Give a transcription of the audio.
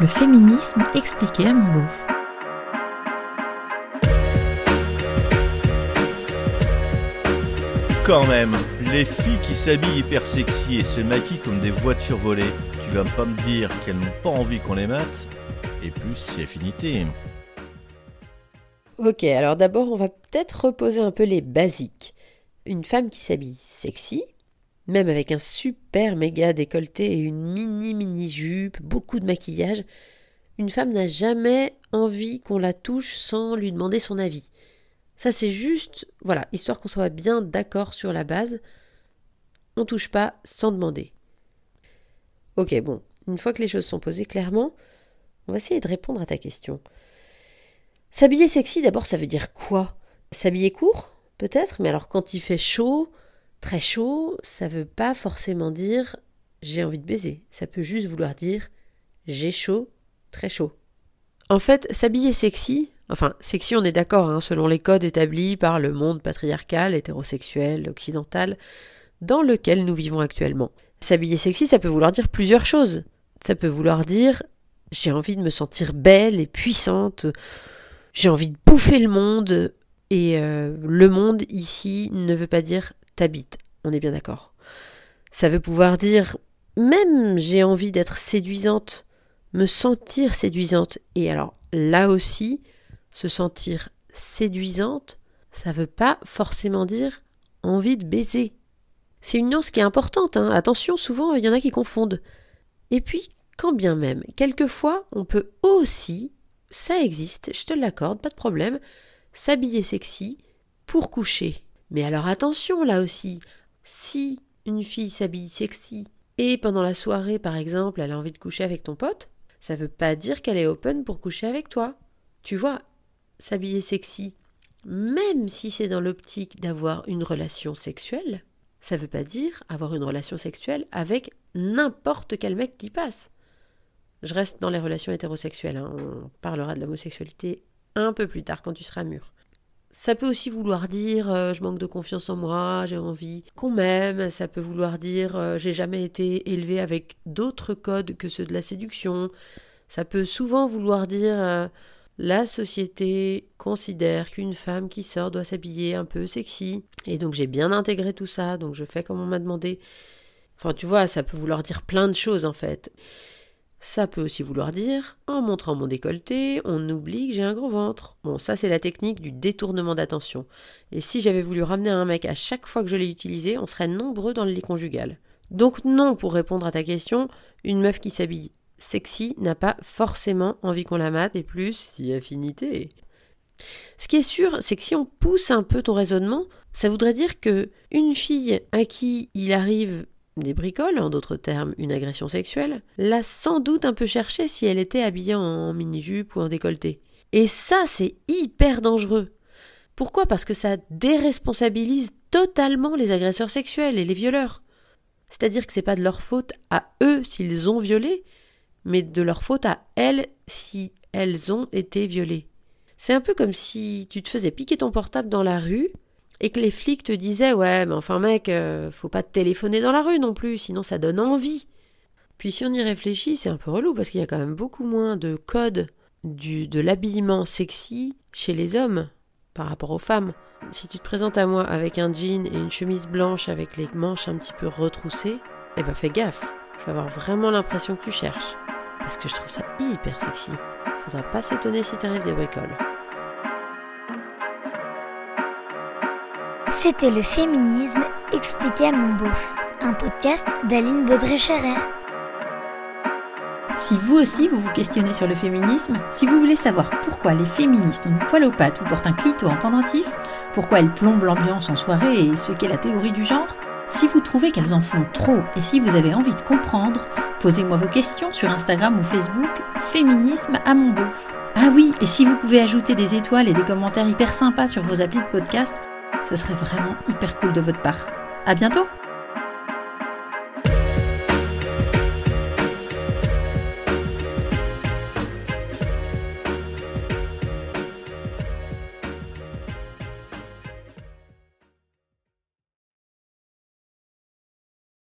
Le féminisme expliqué à mon beauf. Quand même, les filles qui s'habillent hyper sexy et se maquillent comme des voitures volées, tu vas pas me dire qu'elles n'ont pas envie qu'on les mate, et plus si affinité. Ok, alors d'abord on va peut-être reposer un peu les basiques. Une femme qui s'habille sexy, même avec un super méga décolleté et une mini jupe, beaucoup de maquillage, une femme n'a jamais envie qu'on la touche sans lui demander son avis. Ça c'est juste, voilà, histoire qu'on soit bien d'accord sur la base, on touche pas sans demander. Ok, bon, une fois que les choses sont posées clairement, on va essayer de répondre à ta question. S'habiller sexy, d'abord, ça veut dire quoi ? S'habiller court, peut-être, mais alors quand il fait chaud, très chaud, ça veut pas forcément dire j'ai envie de baiser. Ça peut juste vouloir dire j'ai chaud, très chaud. En fait, s'habiller sexy, enfin, sexy on est d'accord, hein, selon les codes établis par le monde patriarcal, hétérosexuel, occidental, dans lequel nous vivons actuellement. S'habiller sexy, ça peut vouloir dire plusieurs choses. Ça peut vouloir dire j'ai envie de me sentir belle et puissante, j'ai envie de bouffer le monde, et le monde ici ne veut pas dire ta bite, on est bien d'accord. Ça veut pouvoir dire même j'ai envie d'être séduisante, me sentir séduisante, et alors là aussi, se sentir séduisante, ça veut pas forcément dire envie de baiser. C'est une nuance qui est importante, hein. Attention, souvent il y en a qui confondent. Et puis, quand bien même, quelquefois on peut aussi, ça existe, je te l'accorde, pas de problème, s'habiller sexy pour coucher. Mais alors attention là aussi, si une fille s'habille sexy et pendant la soirée par exemple elle a envie de coucher avec ton pote, ça veut pas dire qu'elle est open pour coucher avec toi. Tu vois, s'habiller sexy, même si c'est dans l'optique d'avoir une relation sexuelle, ça veut pas dire avoir une relation sexuelle avec n'importe quel mec qui passe. Je reste dans les relations hétérosexuelles, hein. On parlera de l'homosexualité un peu plus tard quand tu seras mûr. Ça peut aussi vouloir dire je manque de confiance en moi, j'ai envie qu'on m'aime. Ça peut vouloir dire j'ai jamais été élevée avec d'autres codes que ceux de la séduction. Ça peut souvent vouloir dire la société considère qu'une femme qui sort doit s'habiller un peu sexy. Et donc j'ai bien intégré tout ça, donc je fais comme on m'a demandé. Enfin tu vois, ça peut vouloir dire plein de choses en fait. Ça peut aussi vouloir dire, en montrant mon décolleté, on oublie que j'ai un gros ventre. Bon, ça c'est la technique du détournement d'attention. Et si j'avais voulu ramener un mec à chaque fois que je l'ai utilisé, on serait nombreux dans le lit conjugal. Donc non, pour répondre à ta question, une meuf qui s'habille sexy n'a pas forcément envie qu'on la mate, et plus si affinité. Ce qui est sûr, c'est que si on pousse un peu ton raisonnement, ça voudrait dire que une fille à qui il arrive des bricoles, en d'autres termes une agression sexuelle, l'a sans doute un peu cherché si elle était habillée en mini-jupe ou en décolleté. Et ça, c'est hyper dangereux. Pourquoi ? Parce que ça déresponsabilise totalement les agresseurs sexuels et les violeurs. C'est-à-dire que c'est pas de leur faute à eux s'ils ont violé, mais de leur faute à elles si elles ont été violées. C'est un peu comme si tu te faisais piquer ton portable dans la rue et que les flics te disaient « Ouais, mais enfin mec, faut pas te téléphoner dans la rue non plus, sinon ça donne envie. » Puis si on y réfléchit, c'est un peu relou parce qu'il y a quand même beaucoup moins de codes de l'habillement sexy chez les hommes par rapport aux femmes. Si tu te présentes à moi avec un jean et une chemise blanche avec les manches un petit peu retroussées, eh ben fais gaffe, je vais avoir vraiment l'impression que tu cherches. Parce que je trouve ça hyper sexy. Faudra pas s'étonner si t'arrives des bricoles. C'était le féminisme expliqué à mon beauf, un podcast d'Aline Baudré-Scherer. Si vous aussi vous vous questionnez sur le féminisme, si vous voulez savoir pourquoi les féministes ont du poil aux pattes ou portent un clito en pendentif, pourquoi elles plombent l'ambiance en soirée et ce qu'est la théorie du genre, si vous trouvez qu'elles en font trop et si vous avez envie de comprendre, posez-moi vos questions sur Instagram ou Facebook, Féminisme à mon beauf. Ah oui, et si vous pouvez ajouter des étoiles et des commentaires hyper sympas sur vos applis de podcast, ce serait vraiment hyper cool de votre part. À bientôt!